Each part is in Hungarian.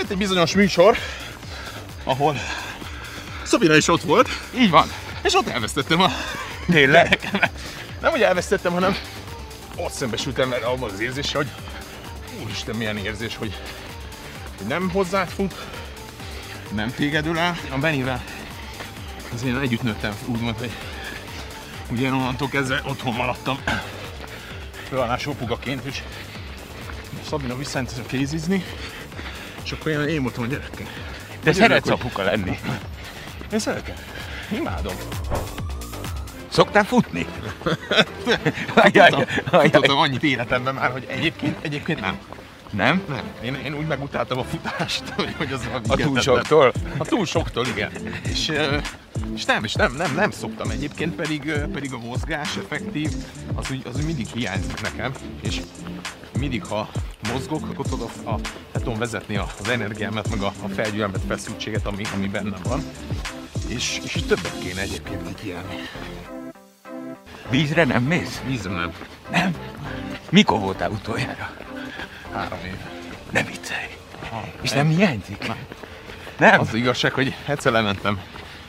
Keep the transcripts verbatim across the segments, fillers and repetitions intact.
Volt egy bizonyos műsor, ahol Szabina is ott volt. Így van. És ott elvesztettem a Tényleg? gyerekemet. Nem, hogy elvesztettem, hanem ott szembesültem vele abban az érzéssel, hogy úristen, milyen érzés, hogy, hogy nem hozzád fut, nem téged öl el. A Bennivel azért én együtt nőttem, úgymond, hogy ugye onnantól kezdve otthon maradtam főállású apukaként, és Szabina visszajött kézizni, és akkor én, én voltam a gyerekkel. De szeretsz apuka lenni? Én szeretem. Imádom. Szoktál futni? Futottam, futottam annyit életemben már, hogy egyébként, egyébként nem. Nem? Nem. Én, én úgy megutáltam a futást, hogy, hogy az a túl soktól? A túl soktól, igen. És, és nem, és nem, nem, nem szoktam egyébként, pedig, pedig a mozgás effektív, az úgy, az úgy mindig hiányzik nekem, és mindig, ha mozgok, akkor tudok, a, le tudom vezetni az energiámat, meg a, a felgyűlömet, feszültséget, ami, ami bennem van. És, és így többet kéne egyébként kikiállni. Vízre nem mész? Vízre nem. Nem? Mikor voltál utoljára? Három év. Ne viccelj. Ha, és nem hiányzik? Nem. Nem? Az, az igazság, hogy egyszer lementem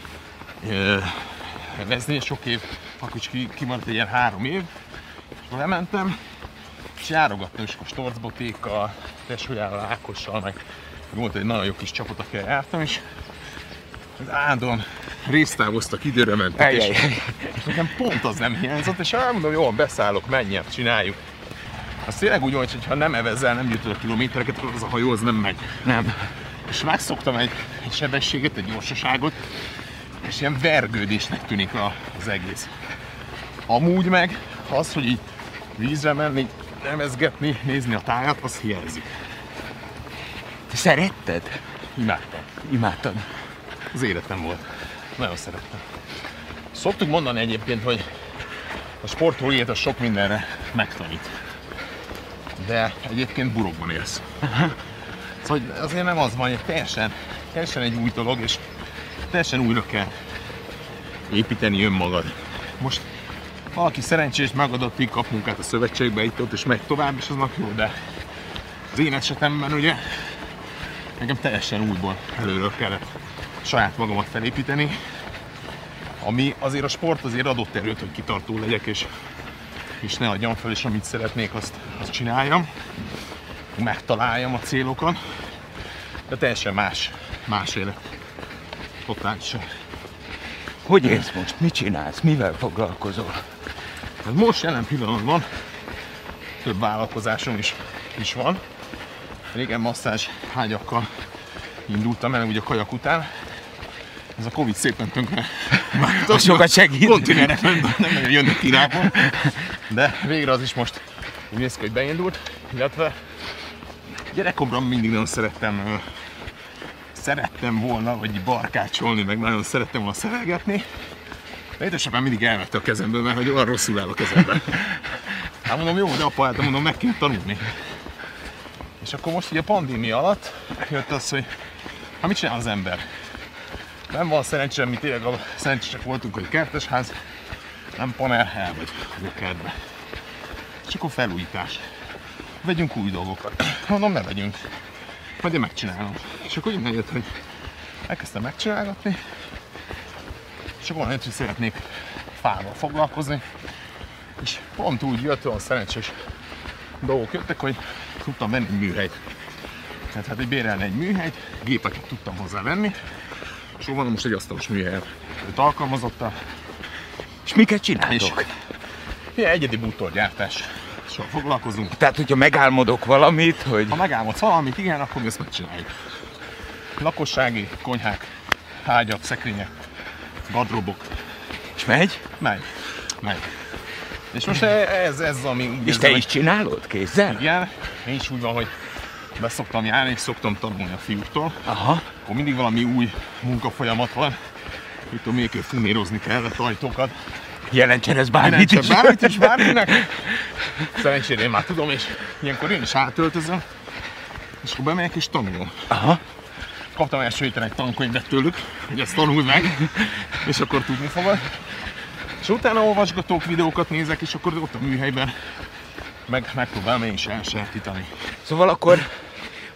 vezni, sok év, akkor is kimaradt egy ilyen három év, és lementem, és járogattam is a Storcbotékkal, tesójával, Ákossal, meg volt egy nagyon jó kis csapat, akikkel jártam, és az áldon résztávoztak, időre mentek, és, és nekem pont az nem hiányzott, és elmondom, jól, beszállok, menjen, csináljuk. Az tényleg úgy van, hogy ha nem evezel, nem gyűjtöd a kilométereket, akkor az a hajó az nem megy. Nem. És megszoktam egy, egy sebességet, egy gyorsaságot, és ilyen vergődésnek tűnik az egész. Amúgy meg az, hogy így vízre menni, nemezgetni, nézni a tájat, az hiányzik. Te szeretted? Imádtam. Imádtad? Az életem volt. Nagyon szerettem. Szoktuk mondani egyébként, hogy a sportoló élet az sok mindenre megtanít. De egyébként burokban élsz. Szóval azért nem az van, hogy teljesen, teljesen egy új dolog, és teljesen újra kell építeni önmagad. Most valaki szerencsés, megadott így kap munkát a szövetségbe, itt ott és megy tovább, és aznak jó, de az én esetemben ugye nekem teljesen újból előről kellett saját magamat felépíteni, ami azért a sport azért adott erőt, hogy kitartó legyek, és, és ne adjam fel, és amit szeretnék, azt, azt csináljam, megtaláljam a célokat, de teljesen más, más élet. Totálisan. Hogy élsz most? Mit csinálsz? Mivel foglalkozol? Hát most jelen pillanatban több vállalkozásom is, is van. Régen masszázs hágyakkal indultam el, ugye a kajak után. Ez a Covid szépen tönkre vágta. Sokat segít. Kontinerek nem, nem nagyon jönnek Kínából. De végre az is most úgy néz ki, hogy beindult. Illetve gyerekkoromban mindig nagyon szerettem szerettem volna, vagy barkácsolni, meg nagyon szerettem volna szerelgetni. De édesapám mindig elvette a kezemből, mert hogy olyan rosszul áll a kezemben. Hát mondom, jó, de apa, hát mondom, meg kell tanulni. És akkor most így a pandémia alatt jött az, hogy hát mit csinál az ember? Nem van szerencsére, mi tényleg a szerencsések voltunk, hogy kertesház, nem panel, el vagy a kertbe. És akkor felújítás. Vegyünk új dolgokat. Mondom, ne vegyünk. Majd én megcsinálom. És akkor innen jött, hogy elkezdtem megcsinálgatni, és akkor van, hogy szeretnék fával foglalkozni, és pont úgy jött, olyan szerencsés dolgok jöttek, hogy tudtam venni egy műhelyt. Tehát hát, hogy bérelni egy műhelyt, gépeket tudtam hozzá venni, és van most egy asztalos műhelyet. Őt alkalmazottal. És miket csináltok? Ilyen egyedi bútorgyártás. Soha foglalkozunk. Tehát, hogyha megálmodok valamit, hogy... Ha megálmodsz valamit, igen, akkor mi ezt megcsináljuk. Lakossági konyhák, ágyak, szekrények, gardróbok. És megy? Megy. Megy. És most ez, ez ami... És te is csinálod kézzel? Igen. Én is úgy van, hogy be szoktam járni, és szoktam tanulni a fiúktól. Aha. Akkor mindig valami új munkafolyamat van. Itt tudom, még funérozni kellett ajtókat. Jelentsen ez bármit Jelentsen is. bármit is bárminek. Szerencsére én már tudom, és ilyenkor én is átöltözöm. És akkor bemegyek és tanulom. Aha. Kaptam első héten egy tankönyvet tőlük, hogy ezt tanulj meg, és akkor tudni fogod. És utána olvasgatok, videókat nézek, és akkor ott a műhelyben meg, megpróbálom én is elsajátítani. Szóval akkor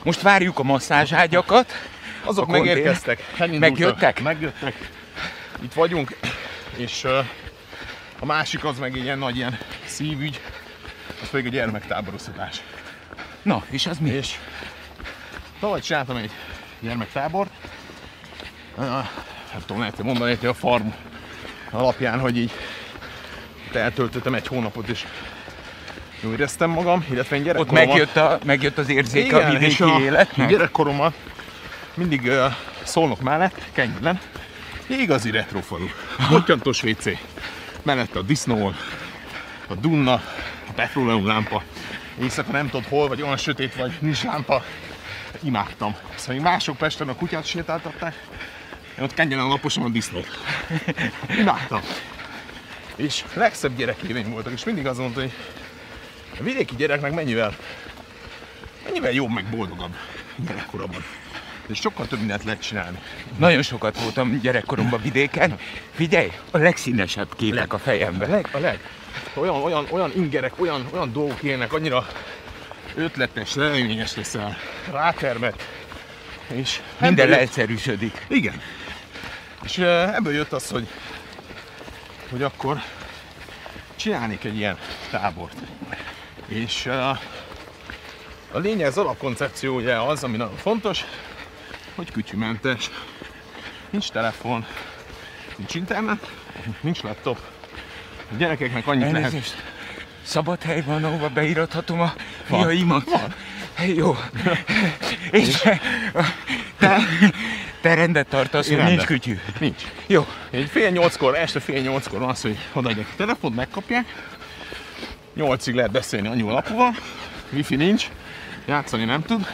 Most várjuk a masszázságyakat. Azok a megérkeztek. Megjöttek? Megjöttek. Itt vagyunk, és uh, a másik az meg egy ilyen nagy ilyen szívügy, az pedig a gyermektáboroztatás. Na, és az mi? És tavaly csináltam egy gyermektábort. Uh, nem tudom, lehet mondani, hogy a farm alapján, hogy így eltöltöttem egy hónapot, és jól éreztem magam, illetve én gyerekkoromban... Ott megjött, a, megjött az érzéke igen, a vidéki a életnek? Gyerekkoromban mindig uh, Szolnok mellett, Kenyelen, igazi retrofalu. Bottyantós vé cé, mellette a disznóol, a Dunna, a petróleum lámpa. Éjszaka nem tudod hol, vagy olyan sötét, vagy nincs lámpa. Imádtam. Szóval mások Pesten a kutyát sétáltatták, én ott Kenyelen laposan a disznót. Imádtam. És legszebb gyerekéveim voltak, és mindig azt mondta, hogy a vidéki gyereknek mennyivel, mennyivel jobb, meg boldogabb gyerekkorabban. És sokkal több mindent lehet csinálni. Nagyon sokat voltam gyerekkoromban vidéken. Figyelj, a legszínesebb képek leg, a fejemben. A leg, a leg. Olyan, olyan, olyan ingerek, olyan, olyan dolgok élnek, annyira ötletes, reményes leszel, rátermet. És minden leegyszerűsödik. Igen. És ebből jött az, hogy, hogy akkor csinálnék egy ilyen tábort. És uh, a lényeg, az alapkoncepció ugye az, ami nagyon fontos, hogy kütyümentes. Nincs telefon, nincs internet, nincs laptop. A gyerekeknek annyit Elnézést. lehet... Szabad hely van, ahova beírathatom a Van. fiaimat? Van. Jó. És te, te rendet tartasz, hogy nincs rendet. kütyű? Nincs. Jó. Egy fél nyolckor, este fél nyolckor van az, hogy odaadják a telefont, megkapják. Nyolcig lehet beszélni anyul apuval, wifi nincs, játszani nem tud.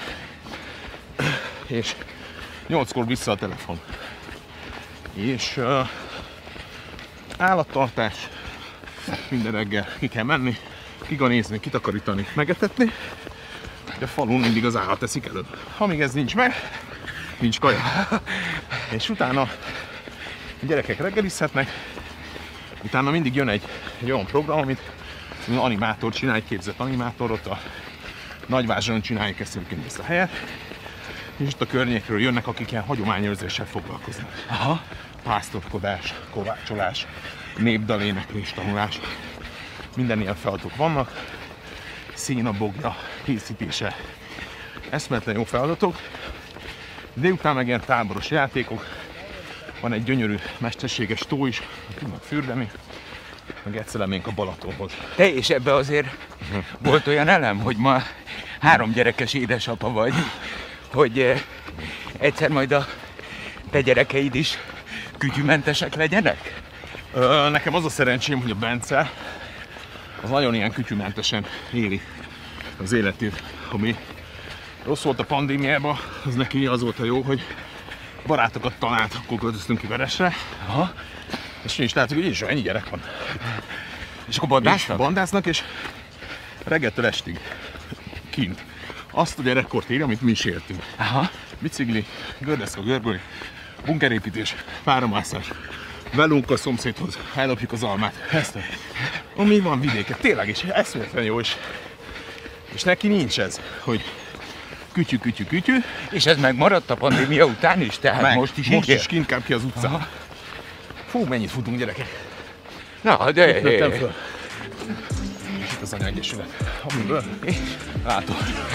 És nyolckor vissza a telefon. És uh, állattartás, minden reggel ki kell menni, kiganézni, kitakarítani, megetetni. De a falun mindig az állat eszik előbb. Amíg ez nincs meg, nincs kaja. És utána a gyerekek reggelizhetnek, utána mindig jön egy, egy olyan program, amit az animátor csinál, egy képzett animátor, ott a Nagyvázson csinálják ezt, ezt a helyet. És itt a környékről jönnek, akik ilyen hagyományőrzéssel foglalkoznak. Aha. Pásztorkodás, kovácsolás, népdaléneklés, tanulás. Minden ilyen feladatok vannak. Szénabogja készítése. Eszméletlen jó feladatok. Délután meg ilyen táboros játékok. Van egy gyönyörű mesterséges tó is, tudnak fürdeni. Meg egyszer leménk a Balatonhoz. Te és ebbe azért volt olyan elem, hogy ma három gyerekes édesapa vagy, hogy eh, egyszer majd a te gyerekeid is kütyümentesek legyenek? Ö, nekem az a szerencsém, hogy a Bence az nagyon ilyen kütyümentesen éli az életét, ami rossz volt a pandémiában, az neki az volt a jó, hogy barátokat talált, akkor költöztünk ki Veresre. Aha. És mi is láttuk, hogy is ennyi gyerek van. És akkor bandáztak? És bandáznak, és reggeltől estig kint. Azt a gyerekkort éli, amit mi is éltünk. Aha. Bicikli, gördeszka, görböly, bunkerépítés, páramászás. Velünk a szomszédhoz, ellopjuk az almát. Ezt a... Mi van vidéken? Tényleg is, eszméletlen jó is. És neki nincs ez, hogy kütyű, kütyű, kütyű. És ez megmaradt a pandémia után is? Tehát Meg, most is most így is inkább ki az utcán. Aha. Fú, mennyit futunk, gyerekek. Na, de... Itt nőttem föl. És itt az anyaegyesület, amiből látom.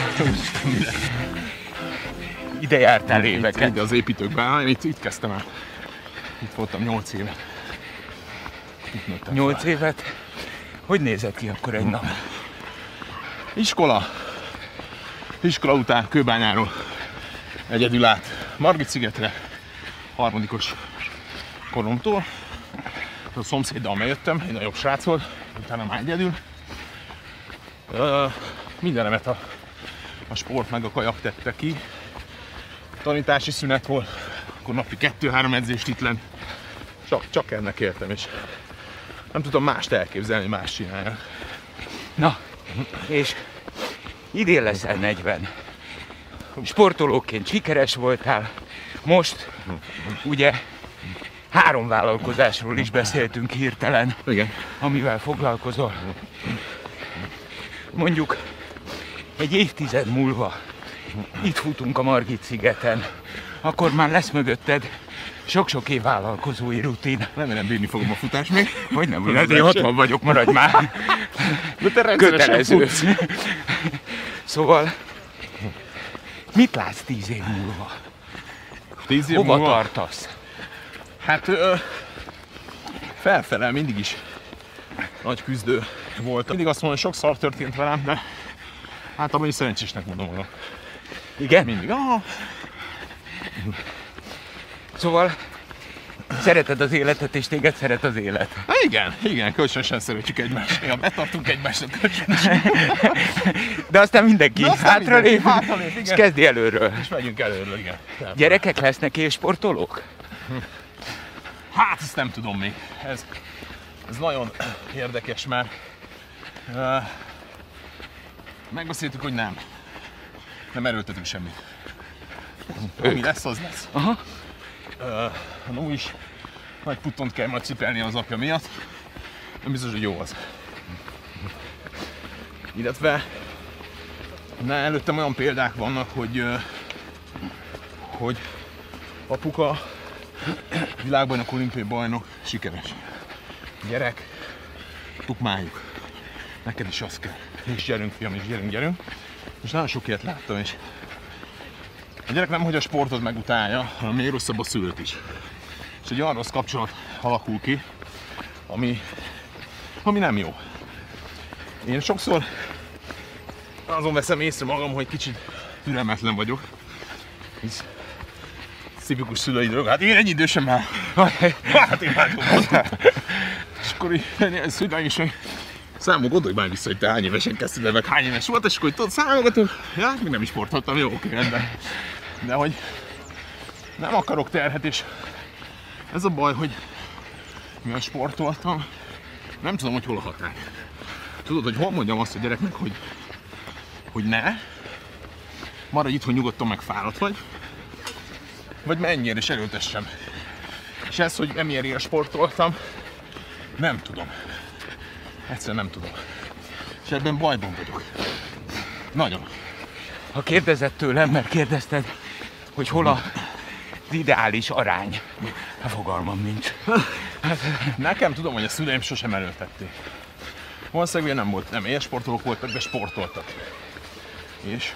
Ide jártál éveket. Ide az építőkben, én itt, itt kezdtem el. Itt voltam nyolc évet. Itt nőttem nyolc fel. évet? Hogy nézett ki akkor egy nap? Iskola. Iskola után Kőbányáról egyedül át Margit-szigetre, harmadikos koromtól. A szomszéddal jöttem, egy nagyobb srác volt, utána már egyedül. Uh, mindenemet a, a sport meg a kajak tette ki. Tanítási szünet volt, akkor napi kettő-három edzést itt lent. Csak, csak ennek értem, és nem tudtam mást elképzelni, más csinálni. Na, és idén leszel negyven. Sportolóként sikeres voltál. Most ugye három vállalkozásról is beszéltünk hirtelen, Igen. amivel foglalkozol. Mondjuk egy évtized múlva itt futunk a Margit szigeten, akkor már lesz mögötted sok-sok év vállalkozói rutin. Remélem bírni fogom a futást még. Hogy nem, hogy én hatvan vagyok, maradj már. De te Kötelező. Szóval, mit látsz tíz év múlva? Tíz év Hova múlva? tartasz? Hát ö, felfele mindig is nagy küzdő volt. Mindig azt mondom, hogy sok szar történt velem, de hát abban is szerencsésnek mondom magam. Igen? Mindig. Ah, Szóval, szereted az életet, és téged szeret az élet. hát igen, igen, kölcsönösen szeretjük egymást. Ja, betartunk egymásnak kölcsönösen. De aztán mindenki De aztán hátralép, mindenki hátralép, igen. és kezdi előről. És megyünk előről, igen. Gyerekek lesznek és sportolók? Hát ezt nem tudom még. Ez, ez nagyon érdekes, mert uh, megbeszéltük, hogy nem. Nem erőltetünk semmit. Ami lesz, az lesz. Aha. Uh, a Nó is nagy puttont kell majd cipelni az apja miatt. Nem biztos, hogy jó az. Illetve ne, előttem olyan példák vannak, hogy, uh, hogy apuka világbajnok, olimpiai bajnok, sikeres. Gyerek, tukmáljuk. Neked is az kell. És gyerünk, fiam, és gyerünk, gyerünk. És nagyon sok ilyet láttam, és a gyerek nem, hogy a sportot megutálja, hanem még rosszabb a szülőt is. És egy olyan rossz kapcsolat alakul ki, ami, ami nem jó. Én sokszor azon veszem észre magam, hogy kicsit türelmetlen vagyok. Hisz tipikus szülői dolog. Hát én ennyi idősem már. Hát én már tudom. És akkor így szüleim is, hogy számol, gondolj már vissza, hogy te hány évesen kezdted, meg hány éves volt, és akkor tudod, számolgatunk. Ja, még nem is sportoltam, jó, oké, rendben. De hogy nem akarok terhet, és ez a baj, hogy mivel sportoltam, nem tudom, hogy hol a határ. Tudod, hogy hol mondjam azt a gyereknek, hogy, hogy ne, maradj itt, hogy nyugodtan megfáradt vagy, vagy menjél és erőltessem. És ez, hogy nem ilyen sportoltam, nem tudom. Egyszerűen nem tudom. És ebben bajban vagyok. Nagyon. Ha kérdezett tőlem, mert kérdezted, hogy hol az ideális arány, a fogalmam nincs. Nekem tudom, hogy a szüleim sosem erőltették. Valószínűleg nem volt, nem élsportolók voltak, de sportoltak. És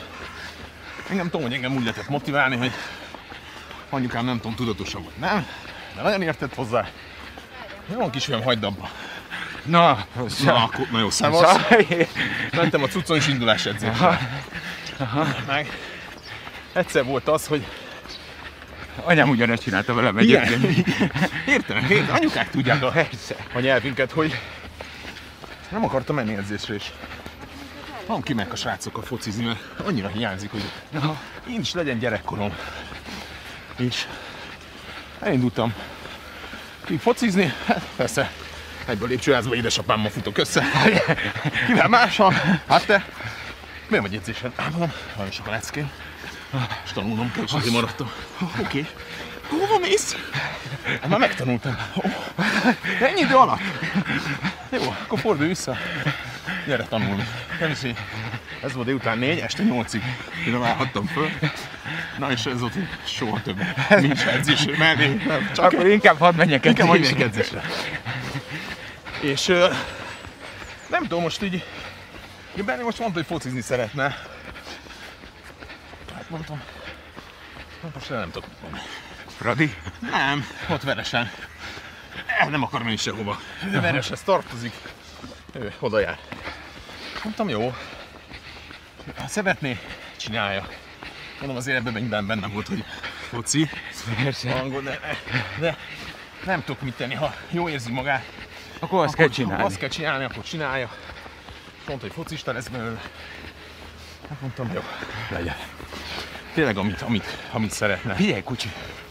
engem tudom, hogy engem úgy lehetett motiválni, hogy anyukám nem tudom, tudatosan vagy nem, de nagyon értett hozzá. Jó, kisfiam, hagyd abba. Na, Na, akkor, na jó, szevasz. Mentem a cuccon is indulás edzésre. Meg egyszer volt az, hogy anyám ugyanezt csinálta velem egyébként. Értem, értem, anyukák tudják a, Persze. a nyelvünket, hogy nem akartam menni edzésre, és van kimennek a srácokkal focizni, mert annyira hiányzik, hogy én is legyen gyerekkorom. És elindultam ki focizni, hát persze egyből lépcsőházba édesapámmal futok össze. Kivel mással? Hát te? Miért vagy edzésen? Hát mondom, nagyon sok a leckém. És tanulnom kell, és azért maradtam. Oké. Okay. Hova mész? Hát már megtanultam. Oh. Ennyi idő alatt? Jó, akkor fordulj vissza. Gyere tanulni. Természetesen ez volt délután négy, este nyolcig. Mire válhattam föl. Na és ez volt, hogy soha többet. Nincs edzés mellé. Csak akkor inkább hadd menjek inkább hadd edzésre. menjek edzésre. És uh, nem tudom, most így Benni most mondta, hogy focizni szeretne. Hát mondtam, most nem tudok mondani. Fradi? Nem, ott Veresen. El nem akar menni sehova. Ő Vereshez tartozik. Ő oda jár. Mondtam, jó. Ha szeretné, csinálja. Mondom, az életben minden bennem volt, hogy foci. Persze. Angol, de, de nem tudok mit tenni, ha jó érzi magát. Akkor azt akkor, kell csinálni. Azt kell csinálni, akkor csinálja. Mondta, hogy focista lesz belőle. Hát mondtam, jó, legyen. Tényleg, amit, amit, amit szeretne. Figyelj, kucsi.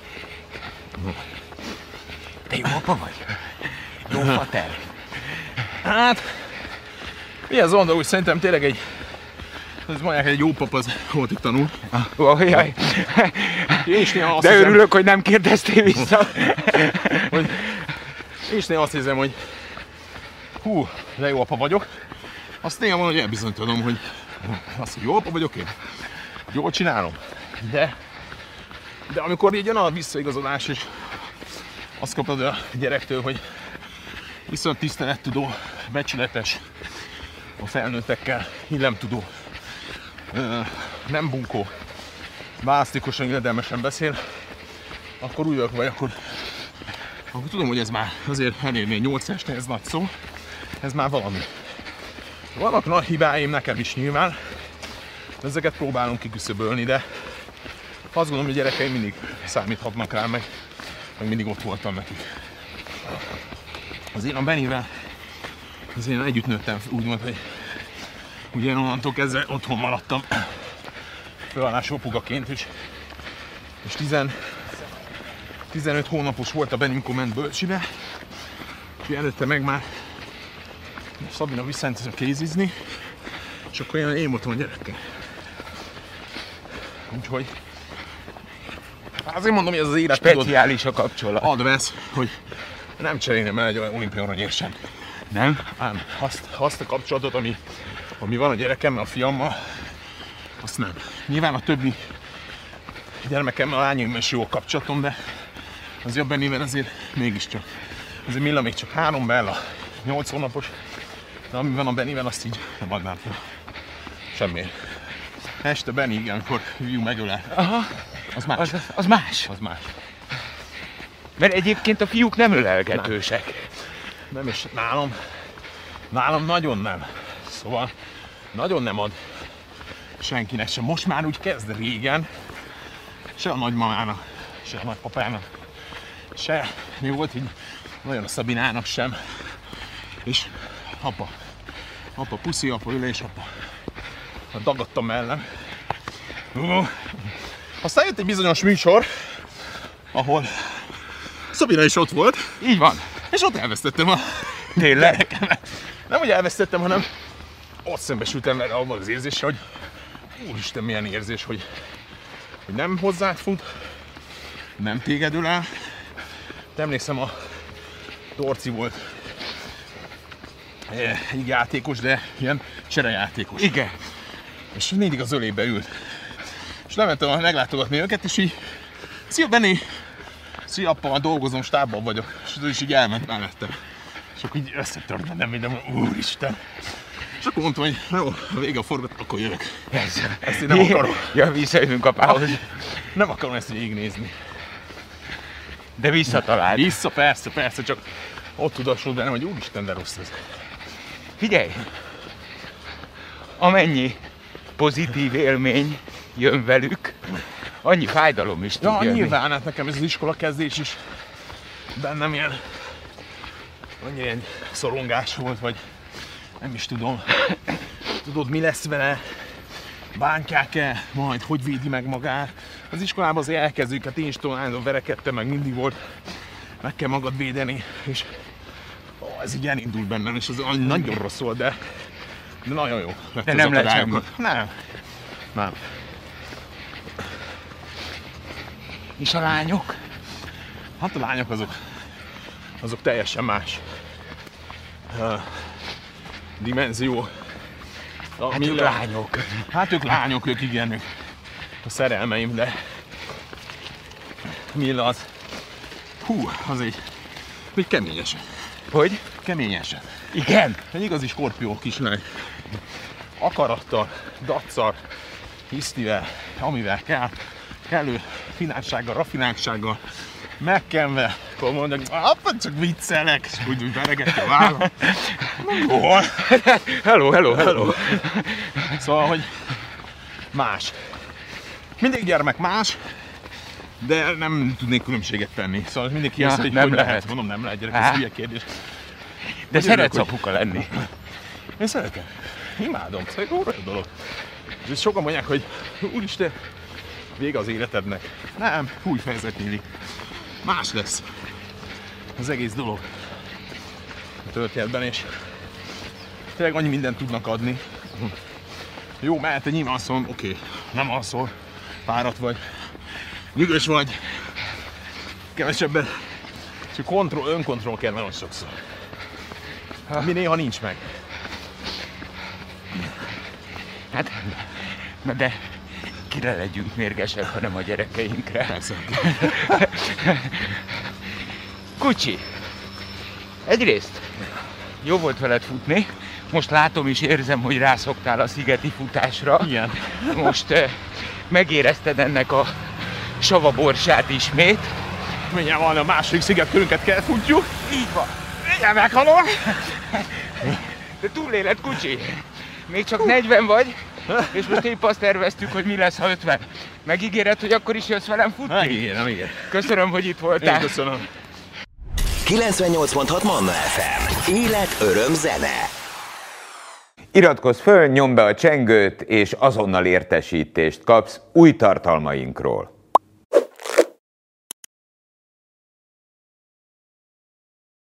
Te jó apa vagy? Jó fater? Hát, mi az onda, úgy szerintem tényleg egy, ez mondják, egy jó pap az volt itt tanul. Oh, jaj. Én is néha azt De hiszem, örülök, hogy nem kérdeztél vissza. hogy én is néha azt hiszem, hogy hú, de jó apa vagyok. Azt néha van, hogy elbizonyítanom, hogy azt, hogy jó apa vagyok én. Jól csinálom. De, de amikor így jön a visszaigazolás, és azt kapod a gyerektől, hogy viszont tisztelettudó, becsületes, a felnőttekkel illemtudó, nem bunkó, választékosan, illedelmesen beszél, akkor úgy vagy, akkor, akkor tudom, hogy ez már azért elérni nyolc este, ez nagy szó, ez már valami. Vannak nagy hibáim nekem is nyilván, ezeket próbálom kiküszöbölni, de azt gondolom, hogy a gyerekeim mindig számíthatnak rá, meg, meg mindig ott voltam nekik. Az én a Bennivel, az én együtt nőttem, úgymond, hogy ugye én onnantól kezdve otthon maradtam főállású apukaként, és, és tizenöt hónapos volt a Benni, amikor ment bölcsibe, és előtte meg már Szabina visszajött kézizni, és akkor én, én voltam a gyerekkel. Úgyhogy azért mondom, hogy ez az élet speciális a kapcsolat. Ad-vesz, hogy nem cserélnem el egy olimpiai aranyérsen. Nem? Ám azt, azt a kapcsolatot, ami, ami van a gyerekemmel, a fiammal, azt nem. Nyilván a többi gyermekemmel, a lányommal is jó a kapcsolatom, de az jobb Bennivel azért mégiscsak. Azért Milla még csak három, Bella nyolc hónapos, de ami van a Bennivel, azt így nem adnám fel. Semmiért. Este Benni, igen, amikor fiú megölel. Aha. Az más. Az, az más. Az más. Mert egyébként a fiúk nem ölelgetősek. Nem, nem és nálam, nálam nagyon nem. Szóval nagyon nem ad senkinek sem. Most már úgy kezd, régen. Se a nagymamának, se a nagypapának, se mi volt így nagyon a Szabinának sem. És apa, apa puszi, apa ülés, apa. Dagadtam mellem. Aztán jött egy bizonyos műsor, ahol Szabina is ott volt. Így van. És ott elvesztettem a Tényleg? gyerekemet. Nem, hogy elvesztettem, hanem ott szembesültem vele abban az érzéssel, hogy úristen, milyen érzés, hogy, hogy nem hozzád fut, nem téged öl el. De emlékszem, a Dorci volt egy játékos, de ilyen cserejátékos. Igen. És mindig az ölébe ült. És lementem meglátogatni őket, és így szia Benni! Szia apa, már dolgozom, stábban vagyok. És ő is így elment mellettem. És akkor így összetört, nem minden, úristen. És akkor mondtam, hogy jó, a vége a forgat, akkor jövök. Persze. Ezt én nem akarom. Ja, visszajövünk apához. Nem akarom ezt végignézni. De visszatalált. Vissza, persze, persze, csak ott tudasod bennem, hogy úristen, de rossz ez. Figyelj! Amennyi pozitív élmény jön velük, annyi fájdalom is tud Ja, jönni. nyilván, hát nekem ez az iskola kezdés is bennem ilyen, annyi ilyen szorongás volt, vagy nem is tudom. Tudod, mi lesz vele? Bántják-e majd, hogy védi meg magát? Az iskolában azért elkezdjük, hát én is tudom, verekedtem, meg mindig volt, meg kell magad védeni, és ó, ez így elindult bennem, és az nagyon rossz volt, de, de nagyon jó. De nem lett semmi. Nem. Nem. És a lányok? Hát a lányok azok, azok teljesen más uh, dimenzió. A Hát Milla, ők lányok. Hát ők lányok, ők igen, ők a szerelmeim, de Milla az, hú, az egy, egy keményes. Hogy? Keményes. Igen. Egy igazi skorpió kislány. Akarattal, daccal, hisztivel, amivel kell, kellő finássággal, raffináltsággal, megkenve, akkor mondja, hogy apa, csak viccelek, és úgy, úgy veregeti a vállam. Hol? Hello, hello, hello. Szóval, hogy más. Mindig gyermek más, de nem tudnék különbséget tenni. Szóval mindig kérdez, Ja, hogy nem hogy lehet. lehet. Mondom, nem lehet, gyerek, Á. ez hülye kérdés. De Hogy szeretsz örülök, apuka lenni. Én szeretem. Imádom. Szóval jó olyan dolog. És sokan mondják, hogy úristen, vége az életednek. Nem, új fejezet nyílik. Más lesz az egész dolog a történetben, és tényleg annyi mindent tudnak adni. Jó, mert te nyilván azt mondom, oké, okay, nem alszol, fáradt vagy, nyűgös vagy, kevesebben, csak kontroll, önkontroll kell nagyon sokszor. Mi néha nincs meg. Hát, na de senkire legyünk mérgesek, hanem a gyerekeinkre. Persze. Kucsi, egyrészt jó volt veled futni, most látom és érzem, hogy rászoktál a szigeti futásra. Igen. Most eh, megérezted ennek a savaborsát ismét. Mindjárt van, a második szigetkörünket kell futjuk. Így van. Igen, meghalom. De túléled, Kucsi. Még csak negyven vagy, és most épp azt terveztük, hogy mi lesz, ha ötven. Megígéred, hogy akkor is jössz velem futni? Megígérem, igen. Köszönöm, hogy itt voltál. Én köszönöm. kilencvennyolc pont hat Manna ef em. Élet, öröm, zene. Iratkozz föl, nyomd be a csengőt, és azonnal értesítést kapsz új tartalmainkról.